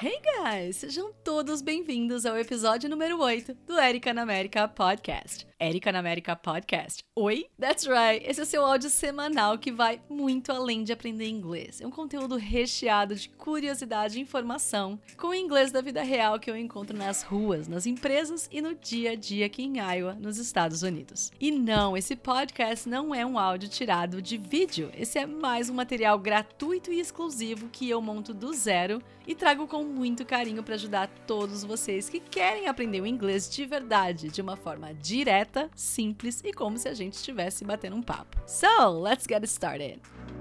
Hey guys, sejam todos bem-vindos ao episódio número 8 do Erica na América Podcast. Erica na América Podcast. Oi? That's right, esse é o seu áudio semanal que vai muito além de aprender inglês. É um conteúdo recheado de curiosidade e informação com o inglês da vida real que eu encontro nas ruas, nas empresas e no dia a dia aqui em Iowa, nos Estados Unidos. E não, esse podcast não é um áudio tirado de vídeo. Esse é mais um material gratuito e exclusivo que eu monto do zero e trago com muito carinho para ajudar todos vocês que querem aprender o inglês de verdade, de uma forma direta, simples e como se a gente estivesse batendo um papo. So, let's get started!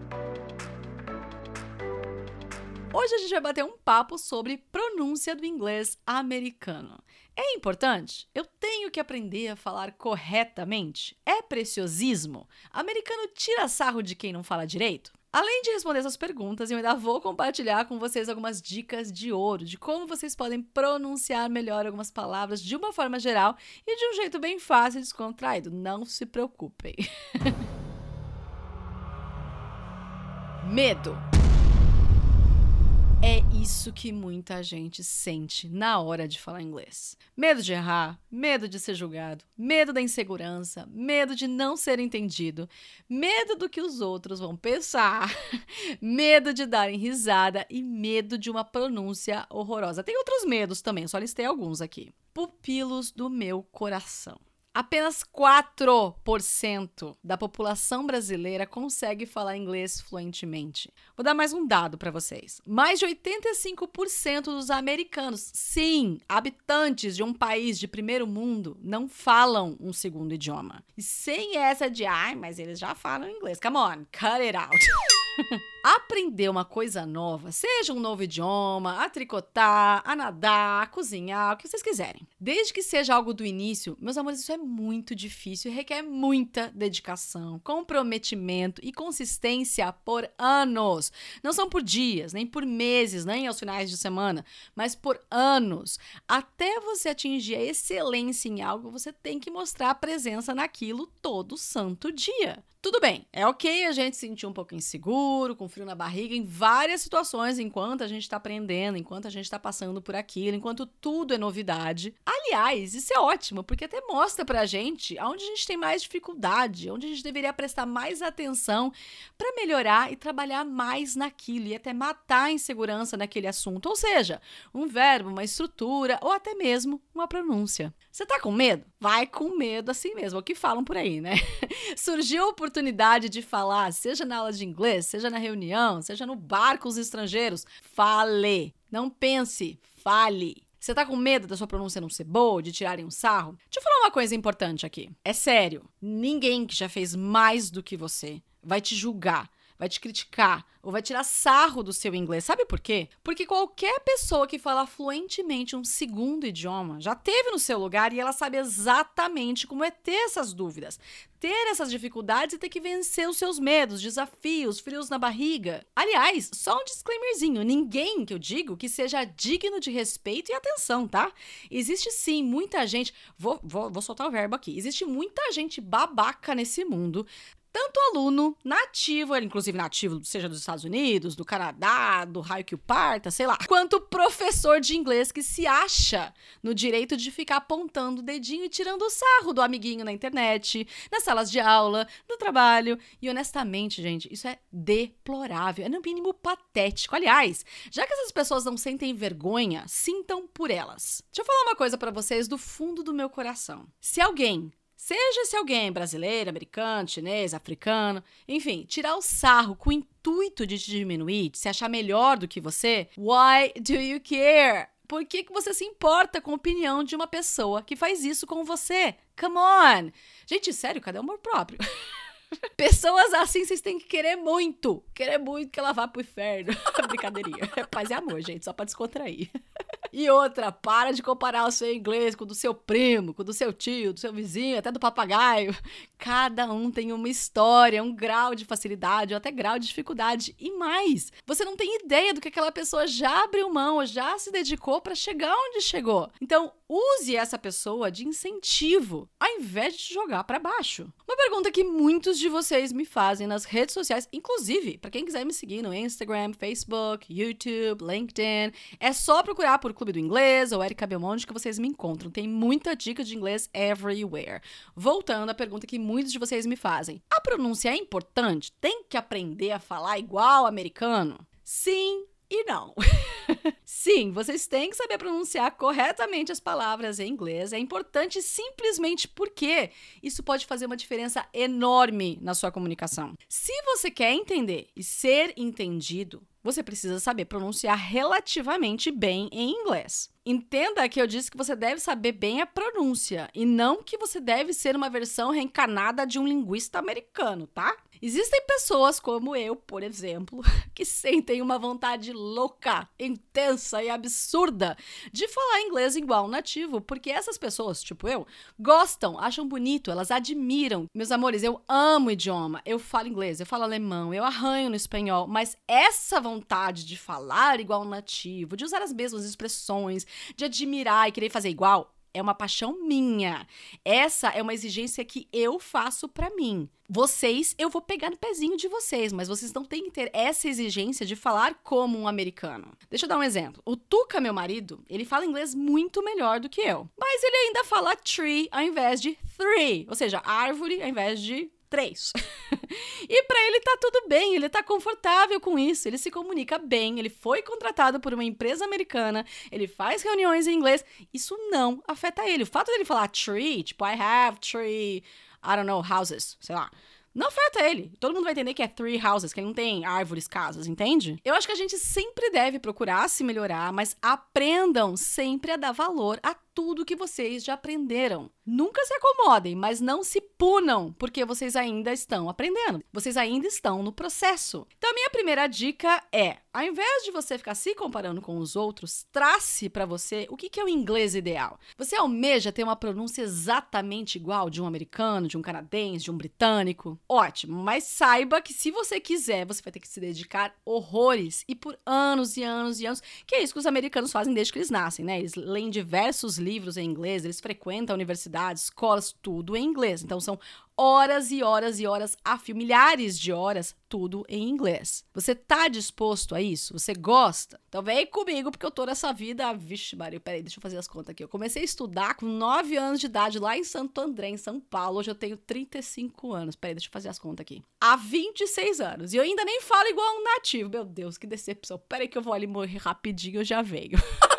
Hoje a gente vai bater um papo sobre pronúncia do inglês americano. É importante? Eu tenho que aprender a falar corretamente? É preciosismo? Americano tira sarro de quem não fala direito? Além de responder essas perguntas, eu ainda vou compartilhar com vocês algumas dicas de ouro de como vocês podem pronunciar melhor algumas palavras de uma forma geral e de um jeito bem fácil e descontraído. Não se preocupem. Medo. É isso que muita gente sente na hora de falar inglês. Medo de errar, medo de ser julgado, medo da insegurança, medo de não ser entendido, medo do que os outros vão pensar, medo de darem risada e medo de uma pronúncia horrorosa. Tem outros medos também, só listei alguns aqui. Pupilos do meu coração. Apenas 4% da população brasileira consegue falar inglês fluentemente. Vou dar mais um dado para vocês. Mais de 85% dos americanos, sim, habitantes de um país de primeiro mundo, não falam um segundo idioma. E sem essa de, mas eles já falam inglês. Come on, cut it out. Aprender uma coisa nova, seja um novo idioma, a tricotar, a nadar, a cozinhar, o que vocês quiserem. Desde que seja algo do início, meus amores, isso é muito difícil e requer muita dedicação, comprometimento e consistência por anos. Não são por dias, nem por meses, nem aos finais de semana, mas por anos. Até você atingir a excelência em algo, você tem que mostrar a presença naquilo todo santo dia. Tudo bem, é ok a gente se sentir um pouco inseguro, com frio na barriga, em várias situações, enquanto a gente está aprendendo, enquanto a gente está passando por aquilo, enquanto tudo é novidade. Aliás, isso é ótimo, porque até mostra pra gente onde a gente tem mais dificuldade, onde a gente deveria prestar mais atenção para melhorar e trabalhar mais naquilo e até matar a insegurança naquele assunto. Ou seja, um verbo, uma estrutura ou até mesmo uma pronúncia. Você tá com medo? Vai com medo assim mesmo, é o que falam por aí, né? Surgiu a oportunidade de falar, seja na aula de inglês, seja na reunião, seja no bar com os estrangeiros, fale. Não pense, fale. Você tá com medo da sua pronúncia não ser boa, de tirarem um sarro? Deixa eu falar uma coisa importante aqui. É sério, ninguém que já fez mais do que você vai te julgar, vai te criticar ou vai tirar sarro do seu inglês. Sabe por quê? Porque qualquer pessoa que fala fluentemente um segundo idioma já teve no seu lugar e ela sabe exatamente como é ter essas dúvidas, ter essas dificuldades e ter que vencer os seus medos, desafios, frios na barriga. Aliás, só um disclaimerzinho, ninguém que eu digo que seja digno de respeito e atenção, tá? Existe sim muita gente, vou soltar o verbo aqui, existe muita gente babaca nesse mundo, tanto aluno nativo, inclusive nativo, seja dos Estados Unidos, do Canadá, do raio que o parta, sei lá, quanto professor de inglês que se acha no direito de ficar apontando o dedinho e tirando o sarro do amiguinho na internet, nas salas de aula, no trabalho. E honestamente, gente, isso é deplorável, é no mínimo patético. Aliás, já que essas pessoas não sentem vergonha, sintam por elas. Deixa eu falar uma coisa pra vocês do fundo do meu coração. Seja esse alguém brasileiro, americano, chinês, africano, enfim, tirar o sarro com o intuito de te diminuir, de se achar melhor do que você, why do you care? Por que você se importa com a opinião de uma pessoa que faz isso com você? Come on! Gente, sério, cadê o amor próprio? Pessoas assim vocês têm que querer muito que ela vá pro inferno. Brincadeirinha. Paz e amor, gente, só pra descontrair. E outra, para de comparar o seu inglês com o do seu primo, com o do seu tio, do seu vizinho, até do papagaio. Cada um tem uma história, um grau de facilidade ou até grau de dificuldade. E mais, você não tem ideia do que aquela pessoa já abriu mão ou já se dedicou para chegar onde chegou. Então, use essa pessoa de incentivo, ao invés de te jogar para baixo. Uma pergunta que muitos de vocês me fazem nas redes sociais, inclusive, para quem quiser me seguir no Instagram, Facebook, YouTube, LinkedIn, é só procurar por Clube do Inglês ou Erica Belmonte que vocês me encontram. Tem muita dica de inglês everywhere. Voltando à pergunta que muitos de vocês me fazem. A pronúncia é importante? Tem que aprender a falar igual americano? Sim e não. Sim, vocês têm que saber pronunciar corretamente as palavras em inglês. É importante simplesmente porque isso pode fazer uma diferença enorme na sua comunicação. Se você quer entender e ser entendido, você precisa saber pronunciar relativamente bem em inglês. Entenda que eu disse que você deve saber bem a pronúncia e não que você deve ser uma versão reencarnada de um linguista americano, tá? Existem pessoas como eu, por exemplo, que sentem uma vontade louca, intensa e absurda de falar inglês igual nativo, porque essas pessoas, tipo eu, gostam, acham bonito, elas admiram. Meus amores, eu amo o idioma, eu falo inglês, eu falo alemão, eu arranho no espanhol, mas essa vontade de falar igual nativo, de usar as mesmas expressões, de admirar e querer fazer igual, é uma paixão minha. Essa é uma exigência que eu faço pra mim. Vocês, eu vou pegar no pezinho de vocês, mas vocês não têm que ter essa exigência de falar como um americano. Deixa eu dar um exemplo. O Tuca, meu marido, ele fala inglês muito melhor do que eu. Mas ele ainda fala tree ao invés de three. Ou seja, árvore ao invés de 3. E pra ele tá tudo bem, ele tá confortável com isso, ele se comunica bem, ele foi contratado por uma empresa americana, ele faz reuniões em inglês, isso não afeta ele. O fato dele falar tree, tipo I have three, I don't know, houses, sei lá, não afeta ele. Todo mundo vai entender que é three houses, que ele não tem árvores, casas, entende? Eu acho que a gente sempre deve procurar se melhorar, mas aprendam sempre a dar valor a tudo que vocês já aprenderam. Nunca se acomodem, mas não se punam, porque vocês ainda estão aprendendo. Vocês ainda estão no processo. Então, a minha primeira dica é, ao invés de você ficar se comparando com os outros, trace para você o que é o inglês ideal. Você almeja ter uma pronúncia exatamente igual de um americano, de um canadense, de um britânico? Ótimo, mas saiba que se você quiser, você vai ter que se dedicar horrores e por anos e anos e anos, que é isso que os americanos fazem desde que eles nascem, né? Eles leem diversos livros em inglês, eles frequentam universidades, escolas, tudo em inglês. Então, são horas e horas e horas a fio, milhares de horas, tudo em inglês. Você tá disposto a isso? Você gosta? Então vem comigo, porque eu tô nessa vida... Vixe, Maria, peraí, deixa eu fazer as contas aqui. Eu comecei a estudar com 9 anos de idade lá em Santo André, em São Paulo. Hoje eu tenho 35 anos. Peraí, deixa eu fazer as contas aqui. Há 26 anos. E eu ainda nem falo igual um nativo. Meu Deus, que decepção. Peraí que eu vou ali morrer rapidinho, eu já venho.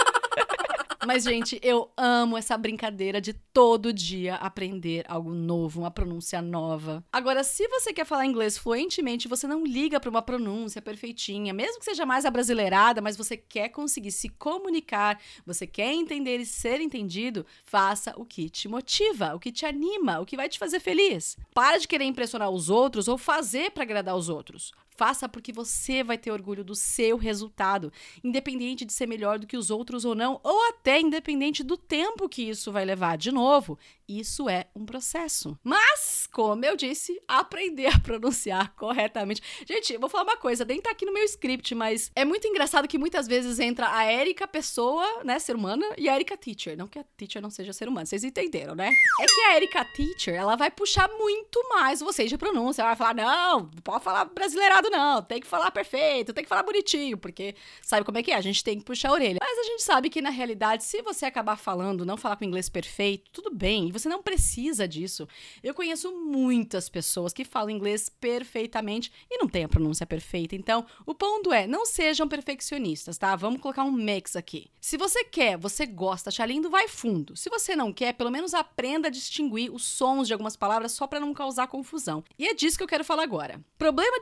Mas, gente, eu amo essa brincadeira de todo dia aprender algo novo, uma pronúncia nova. Agora, se você quer falar inglês fluentemente, você não liga para uma pronúncia perfeitinha, mesmo que seja mais abrasileirada, mas você quer conseguir se comunicar, você quer entender e ser entendido, faça o que te motiva, o que te anima, o que vai te fazer feliz. Para de querer impressionar os outros ou fazer para agradar os outros. Faça porque você vai ter orgulho do seu resultado, independente de ser melhor do que os outros ou não, ou até independente do tempo que isso vai levar. De novo, isso é um processo. Mas, como eu disse, aprender a pronunciar corretamente. Gente, eu vou falar uma coisa, nem tá aqui no meu script, mas é muito engraçado que muitas vezes entra a Erica pessoa, né, ser humana, e a Erica teacher. Não que a teacher não seja ser humana, vocês entenderam, né? É que a Erica teacher, ela vai puxar muito mais vocês de pronúncia. Ela vai falar, não pode falar brasileirado não, tem que falar perfeito, tem que falar bonitinho, porque sabe como é que é? A gente tem que puxar a orelha. Mas a gente sabe que, na realidade, se você acabar falando, não falar com inglês perfeito, tudo bem, e você não precisa disso. Eu conheço muitas pessoas que falam inglês perfeitamente e não têm a pronúncia perfeita. Então, o ponto é, não sejam perfeccionistas, tá? Vamos colocar um mix aqui. Se você quer, você gosta, achar lindo, vai fundo. Se você não quer, pelo menos aprenda a distinguir os sons de algumas palavras só para não causar confusão. E é disso que eu quero falar agora. O problema de quando você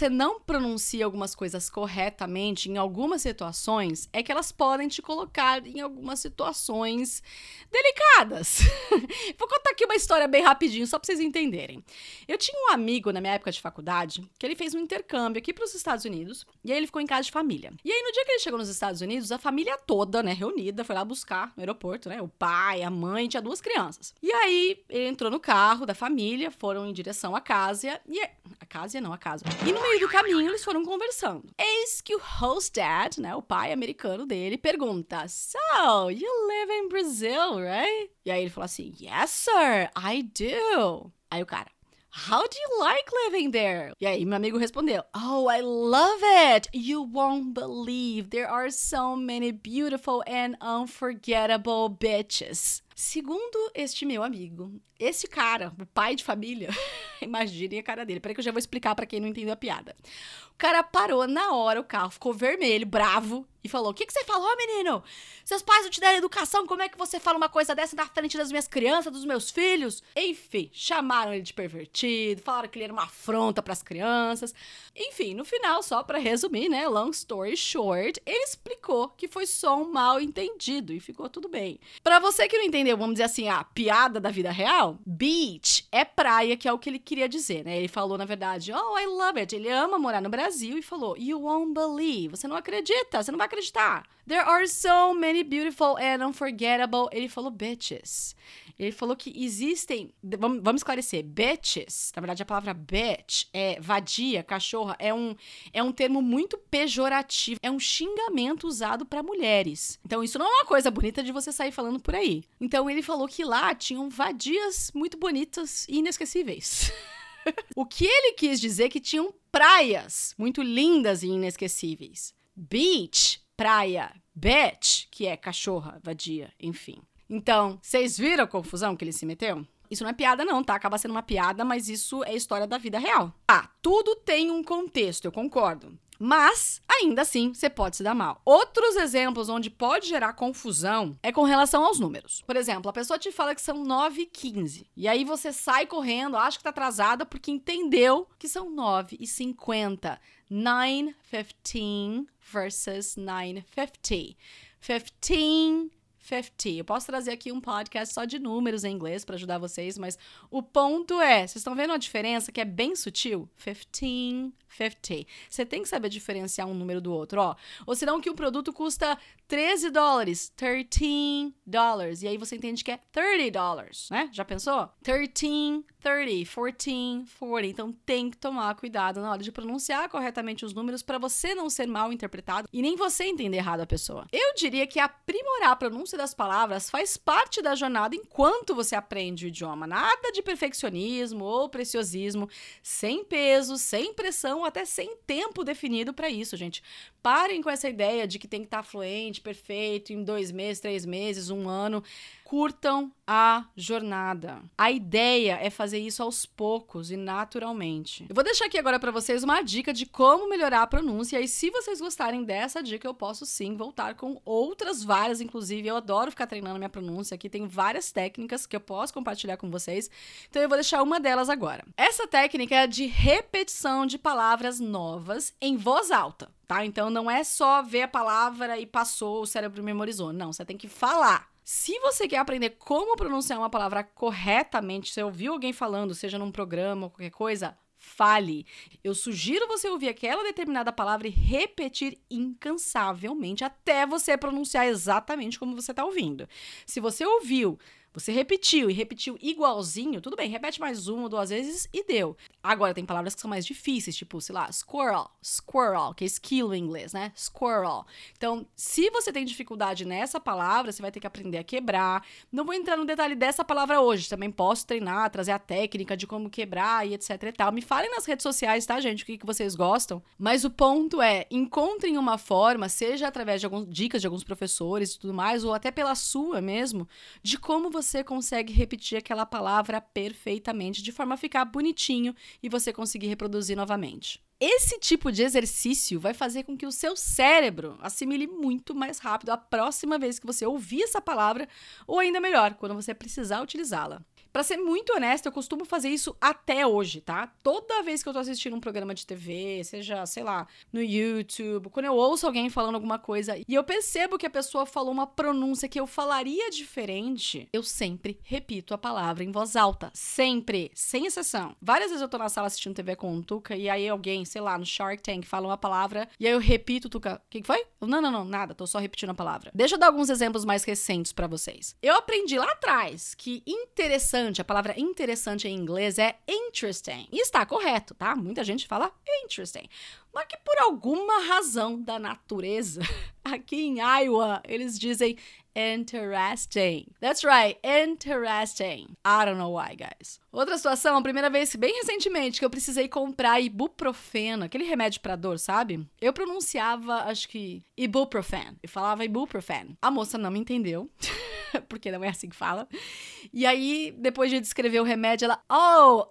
você não pronuncia algumas coisas corretamente em algumas situações, é que elas podem te colocar em algumas situações delicadas. Vou contar aqui uma história bem rapidinho, só pra vocês entenderem. Eu tinha um amigo na minha época de faculdade, que ele fez um intercâmbio aqui pros Estados Unidos, e aí ele ficou em casa de família. E aí no dia que ele chegou nos Estados Unidos, a família toda, né, reunida, foi lá buscar no aeroporto, né, o pai, a mãe, tinha 2 crianças. E aí ele entrou no carro da família, foram em direção à casa, e a casa. E no meio do caminho eles foram conversando. Eis que o host dad, né, o pai americano dele, pergunta: "So, you live in Brazil, right?" E aí ele falou assim: "Yes, sir, I do." Aí o cara: "How do you like living there?" E aí meu amigo respondeu: "Oh, I love it. You won't believe there are so many beautiful and unforgettable bitches." Segundo este meu amigo, esse cara, o pai de família, imaginem a cara dele. Peraí que eu já vou explicar pra quem não entendeu a piada. O cara parou na hora, o carro ficou vermelho, bravo, e falou: "O que você falou, menino? Seus pais não te deram educação, como é que você fala uma coisa dessa na frente das minhas crianças, dos meus filhos?" Enfim, chamaram ele de pervertido, falaram que ele era uma afronta pras crianças. Enfim, no final, só pra resumir, né, long story short, ele explicou que foi só um mal entendido e ficou tudo bem. Pra você que não entendeu, vamos dizer assim, a piada da vida real, beach é praia, que é o que ele queria dizer, né? Ele falou, na verdade, "Oh, I love it." Ele ama morar no Brasil e falou: "You won't believe." Você não acredita, você não vai acreditar. "There are so many beautiful and unforgettable." Ele falou bitches. Ele falou que existem, vamos esclarecer, bitches, na verdade a palavra bitch é vadia, cachorra, é um termo muito pejorativo, é um xingamento usado para mulheres. Então isso não é uma coisa bonita de você sair falando por aí. Então ele falou que lá tinham vadias muito bonitas e inesquecíveis. O que ele quis dizer é que tinham praias muito lindas e inesquecíveis. Beach, praia. Bitch, que é cachorra, vadia, enfim. Então, vocês viram a confusão que ele se meteu? Isso não é piada não, tá? Acaba sendo uma piada, mas isso é história da vida real. Tá, tudo tem um contexto, eu concordo. Mas, ainda assim, você pode se dar mal. Outros exemplos onde pode gerar confusão é com relação aos números. Por exemplo, a pessoa te fala que são 9h15. E aí você sai correndo, acha que tá atrasada porque entendeu que são 9h50. 9:15 versus 9:50. 15:50. Eu posso trazer aqui um podcast só de números em inglês para ajudar vocês, mas o ponto é, vocês estão vendo a diferença que é bem sutil? 15:50. Você tem que saber diferenciar um número do outro, ó. Ou senão que um produto custa $13, $13. E aí você entende que é $30, né? Já pensou? 13, 30, 14, 40. Então tem que tomar cuidado na hora de pronunciar corretamente os números para você não ser mal interpretado e nem você entender errado a pessoa. Eu diria que aprimorar a pronúncia das palavras faz parte da jornada enquanto você aprende o idioma. Nada de perfeccionismo ou preciosismo, sem peso, sem pressão, até sem tempo definido para isso, gente. Parem com essa ideia de que tem que estar fluente, perfeito, em 2 meses, 3 meses, 1 ano. Curtam a jornada. A ideia é fazer isso aos poucos e naturalmente. Eu vou deixar aqui agora para vocês uma dica de como melhorar a pronúncia, e se vocês gostarem dessa dica, eu posso sim voltar com outras várias, inclusive eu adoro ficar treinando minha pronúncia aqui, tem várias técnicas que eu posso compartilhar com vocês, então eu vou deixar uma delas agora. Essa técnica é de repetição de palavras novas em voz alta, tá? Então não é só ver a palavra e passou, o cérebro memorizou, não, você tem que falar. Se você quer aprender como pronunciar uma palavra corretamente, se ouviu alguém falando, seja num programa ou qualquer coisa, fale. Eu sugiro você ouvir aquela determinada palavra e repetir incansavelmente até você pronunciar exatamente como você está ouvindo. Se você ouviu, você repetiu e repetiu igualzinho, tudo bem, repete mais 1 ou 2 vezes e deu. Agora, tem palavras que são mais difíceis, tipo, sei lá, squirrel, que é esquilo em inglês, né? Squirrel. Então, se você tem dificuldade nessa palavra, você vai ter que aprender a quebrar. Não vou entrar no detalhe dessa palavra hoje, também posso treinar, trazer a técnica de como quebrar e etc e tal. Me falem nas redes sociais, tá, gente, o que vocês gostam. Mas o ponto é, encontrem uma forma, seja através de dicas de alguns professores e tudo mais, ou até pela sua mesmo, de como você consegue repetir aquela palavra perfeitamente, de forma a ficar bonitinho e você conseguir reproduzir novamente. Esse tipo de exercício vai fazer com que o seu cérebro assimile muito mais rápido a próxima vez que você ouvir essa palavra, ou ainda melhor, quando você precisar utilizá-la. Pra ser muito honesta, eu costumo fazer isso até hoje, tá? Toda vez que eu tô assistindo um programa de TV, seja, sei lá, no YouTube, quando eu ouço alguém falando alguma coisa e eu percebo que a pessoa falou uma pronúncia que eu falaria diferente, eu sempre repito a palavra em voz alta. Sempre, sem exceção. Várias vezes eu tô na sala assistindo TV com o Tuca e aí alguém, sei lá, no Shark Tank fala uma palavra e aí eu repito, Tuca, o que foi? Não, nada, tô só repetindo a palavra. Deixa eu dar alguns exemplos mais recentes pra vocês. Eu aprendi lá atrás que interessante, a palavra interessante em inglês é interesting. E está correto, tá? Muita gente fala interesting. Mas que por alguma razão da natureza, aqui em Iowa, eles dizem interesting. That's right, interesting. I don't know why, guys. Outra situação, a primeira vez, bem recentemente, que eu precisei comprar ibuprofeno, aquele remédio pra dor, sabe? Eu pronunciava, acho que, ibuprofen. Eu falava ibuprofen. A moça não me entendeu, porque não é assim que fala. E aí, depois de descrever o remédio, ela, oh,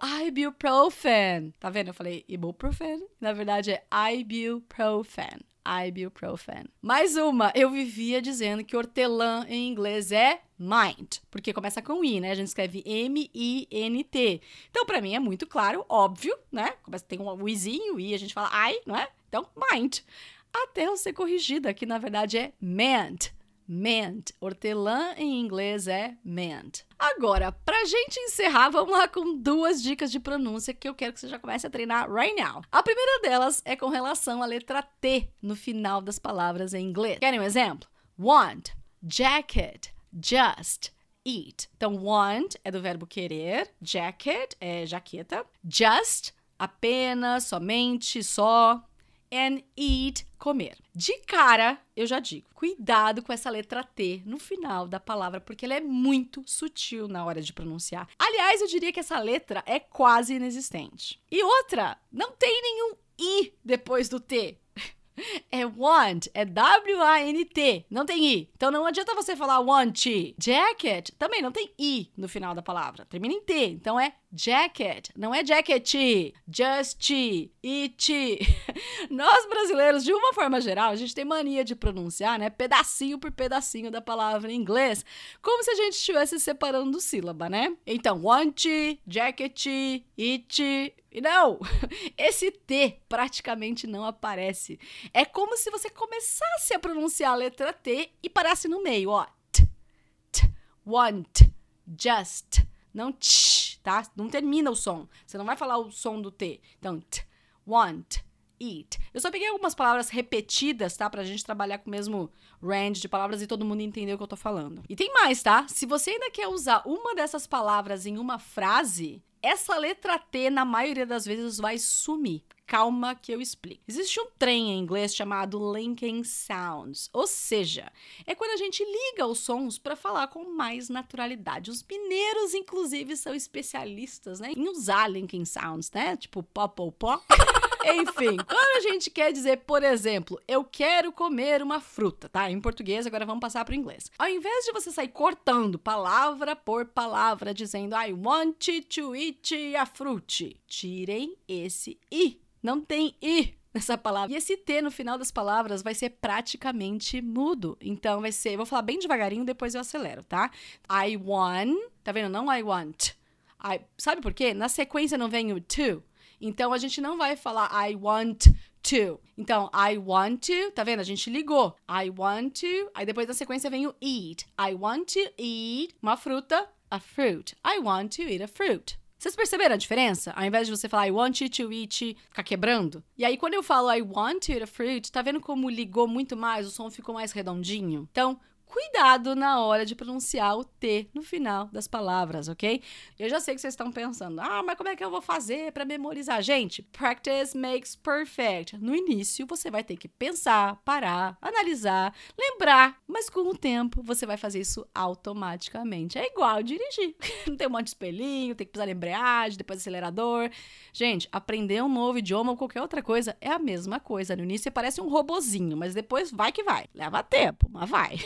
ibuprofen. Tá vendo? Eu falei ibuprofen. Na verdade, é ibuprofen. Ibuprofen. Mais uma, eu vivia dizendo que hortelã em inglês é mind, porque começa com I, né? A gente escreve M-I-N-T. Então, pra mim é muito claro, óbvio, né? Tem um izinho, o I, a gente fala I, não é? Então, mind. Até eu ser corrigida, que na verdade é meant. Meant. Hortelã em inglês é meant. Agora, pra gente encerrar, vamos lá com 2 dicas de pronúncia que eu quero que você já comece a treinar right now. A primeira delas é com relação à letra T no final das palavras em inglês. Querem um exemplo? Want, jacket, just, eat. Então, want é do verbo querer, jacket é jaqueta, just, apenas, somente, só, and eat, comer. De cara, eu já digo, cuidado com essa letra T no final da palavra, porque ela é muito sutil na hora de pronunciar. Aliás, eu diria que essa letra é quase inexistente. E outra, não tem nenhum I depois do T. É want, é W-A-N-T, não tem I. Então não adianta você falar want. Jacket, também não tem I no final da palavra, termina em T, então é jacket, não é jacket, just, it. Nós brasileiros, de uma forma geral, a gente tem mania de pronunciar, né, pedacinho por pedacinho da palavra em inglês, como se a gente estivesse separando sílaba, né? Então, want, jacket, it. E não, esse T praticamente não aparece. É como se você começasse a pronunciar a letra T e parasse no meio, ó. Want, just. Não tch, tá? Não termina o som. Você não vai falar o som do T. Então, want, eat. Eu só peguei algumas palavras repetidas, tá? Pra gente trabalhar com o mesmo range de palavras e todo mundo entender o que eu tô falando. E tem mais, tá? Se você ainda quer usar uma dessas palavras em uma frase, essa letra T, na maioria das vezes, vai sumir. Calma que eu explico. Existe um trem em inglês chamado linking sounds, ou seja, é quando a gente liga os sons para falar com mais naturalidade. Os mineiros, inclusive, são especialistas, né, em usar linking sounds, né, tipo pó, pó, pó. Enfim, quando a gente quer dizer, por exemplo, eu quero comer uma fruta, tá? Em português, agora vamos passar para o inglês. Ao invés de você sair cortando palavra por palavra, dizendo I want to eat a fruit, tirem esse I. Não tem I nessa palavra. E esse T no final das palavras vai ser praticamente mudo. Então vai ser, eu vou falar bem devagarinho, depois eu acelero, tá? I want, tá vendo? Não I want. Sabe por quê? Na sequência não vem o to. Então, a gente não vai falar I want to. Então, I want to, tá vendo? A gente ligou. I want to, aí depois na sequência vem o eat. I want to eat uma fruta, a fruit. I want to eat a fruit. Vocês perceberam a diferença? Ao invés de você falar I want you to eat, ficar quebrando. E aí, quando eu falo I want to eat a fruit, tá vendo como ligou muito mais? O som ficou mais redondinho? Então, cuidado na hora de pronunciar o T no final das palavras, ok? Eu já sei que vocês estão pensando, mas como é que eu vou fazer para memorizar? Gente, practice makes perfect. No início, você vai ter que pensar, parar, analisar, lembrar, mas com o tempo, você vai fazer isso automaticamente. É igual dirigir. Não tem um monte de espelhinho, tem que pisar na embreagem, depois acelerador. Gente, aprender um novo idioma ou qualquer outra coisa é a mesma coisa. No início, você parece um robozinho, mas depois vai que vai. Leva tempo, mas vai.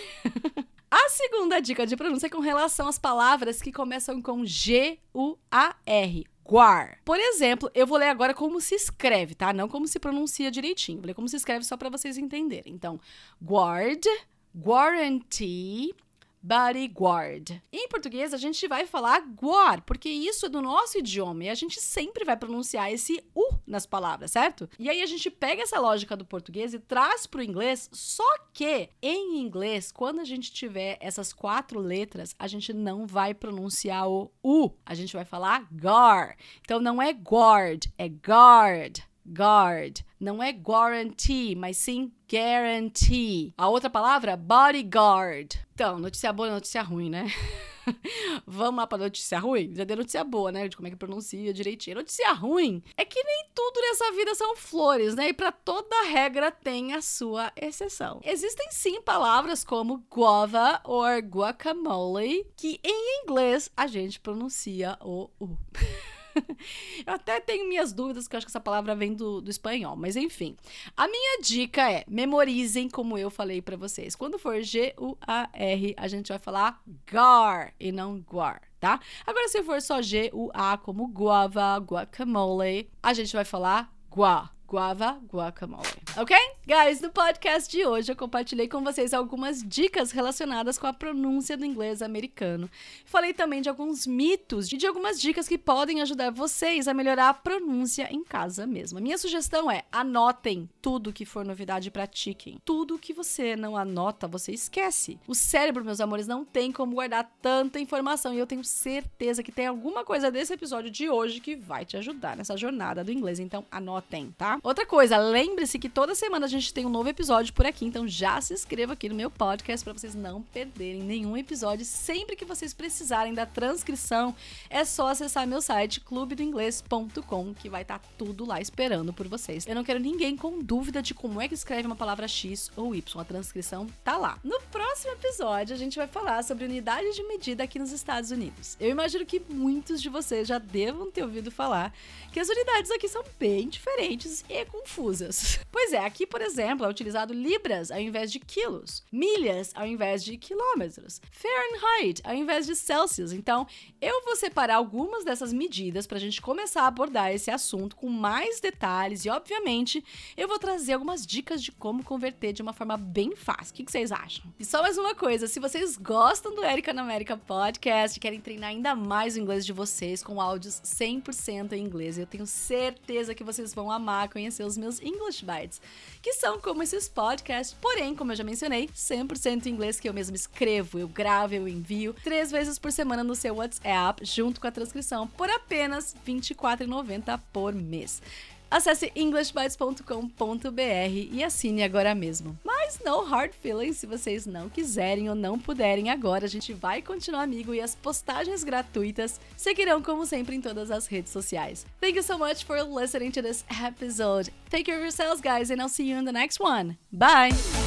A segunda dica de pronúncia é com relação às palavras que começam com G-U-A-R. Guar. Por exemplo, eu vou ler agora como se escreve, tá? Não como se pronuncia direitinho. Vou ler como se escreve só para vocês entenderem. Então, guard, guarantee, bodyguard. Em português, a gente vai falar guar, porque isso é do nosso idioma e a gente sempre vai pronunciar esse U nas palavras, certo? E aí a gente pega essa lógica do português e traz pro inglês, só que em inglês, quando a gente tiver essas 4 letras, a gente não vai pronunciar o U, a gente vai falar gar. Então não é guard, é guard. Guard. Não é guarantee, mas sim guarantee. A outra palavra, bodyguard. Então, notícia boa e notícia ruim, né? Vamos lá pra notícia ruim? Já deu notícia boa, né? De como é que pronuncia direitinho. Notícia ruim é que nem tudo nessa vida são flores, né? E pra toda regra tem a sua exceção. Existem sim palavras como guava ou guacamole, que em inglês a gente pronuncia o U. Eu até tenho minhas dúvidas, que eu acho que essa palavra vem do espanhol, mas enfim. A minha dica é, memorizem como eu falei pra vocês. Quando for G-U-A-R, a gente vai falar gar e não guar, tá? Agora, se for só G-U-A, como guava, guacamole, a gente vai falar guá. Guava, guacamole. Ok? Guys, no podcast de hoje eu compartilhei com vocês algumas dicas relacionadas com a pronúncia do inglês americano. Falei também de alguns mitos e de algumas dicas que podem ajudar vocês a melhorar a pronúncia em casa mesmo. A minha sugestão é, anotem tudo que for novidade e pratiquem. Tudo que você não anota, você esquece. O cérebro, meus amores, não tem como guardar tanta informação e eu tenho certeza que tem alguma coisa desse episódio de hoje que vai te ajudar nessa jornada do inglês. Então, anotem, tá? Outra coisa, lembre-se que toda semana a gente tem um novo episódio por aqui, então já se inscreva aqui no meu podcast para vocês não perderem nenhum episódio. Sempre que vocês precisarem da transcrição, é só acessar meu site clubedoinglês.com, que vai estar tudo lá esperando por vocês. Eu não quero ninguém com dúvida de como é que escreve uma palavra X ou Y, a transcrição tá lá. No próximo episódio, a gente vai falar sobre unidade de medida aqui nos Estados Unidos. Eu imagino que muitos de vocês já devam ter ouvido falar que as unidades aqui são bem diferentes e confusas. Pois é, aqui, por exemplo, é utilizado libras ao invés de quilos, milhas ao invés de quilômetros, Fahrenheit ao invés de Celsius. Então, eu vou separar algumas dessas medidas para a gente começar a abordar esse assunto com mais detalhes e, obviamente, eu vou trazer algumas dicas de como converter de uma forma bem fácil. O que vocês acham? E só mais uma coisa, se vocês gostam do Erica na América Podcast e querem treinar ainda mais o inglês de vocês com áudios 100% em inglês, eu tenho certeza que vocês vão amar conhecer os meus English Bites, que são como esses podcasts, porém, como eu já mencionei, 100% em inglês, que eu mesmo escrevo, eu gravo, eu envio 3 vezes por semana no seu WhatsApp, junto com a transcrição, por apenas R$ 24,90 por mês. Acesse englishbites.com.br e assine agora mesmo. Mas no hard feelings, se vocês não quiserem ou não puderem agora, a gente vai continuar amigo e as postagens gratuitas seguirão como sempre em todas as redes sociais. Thank you so much for listening to this episode. Take care of yourselves, guys, and I'll see you in the next one. Bye!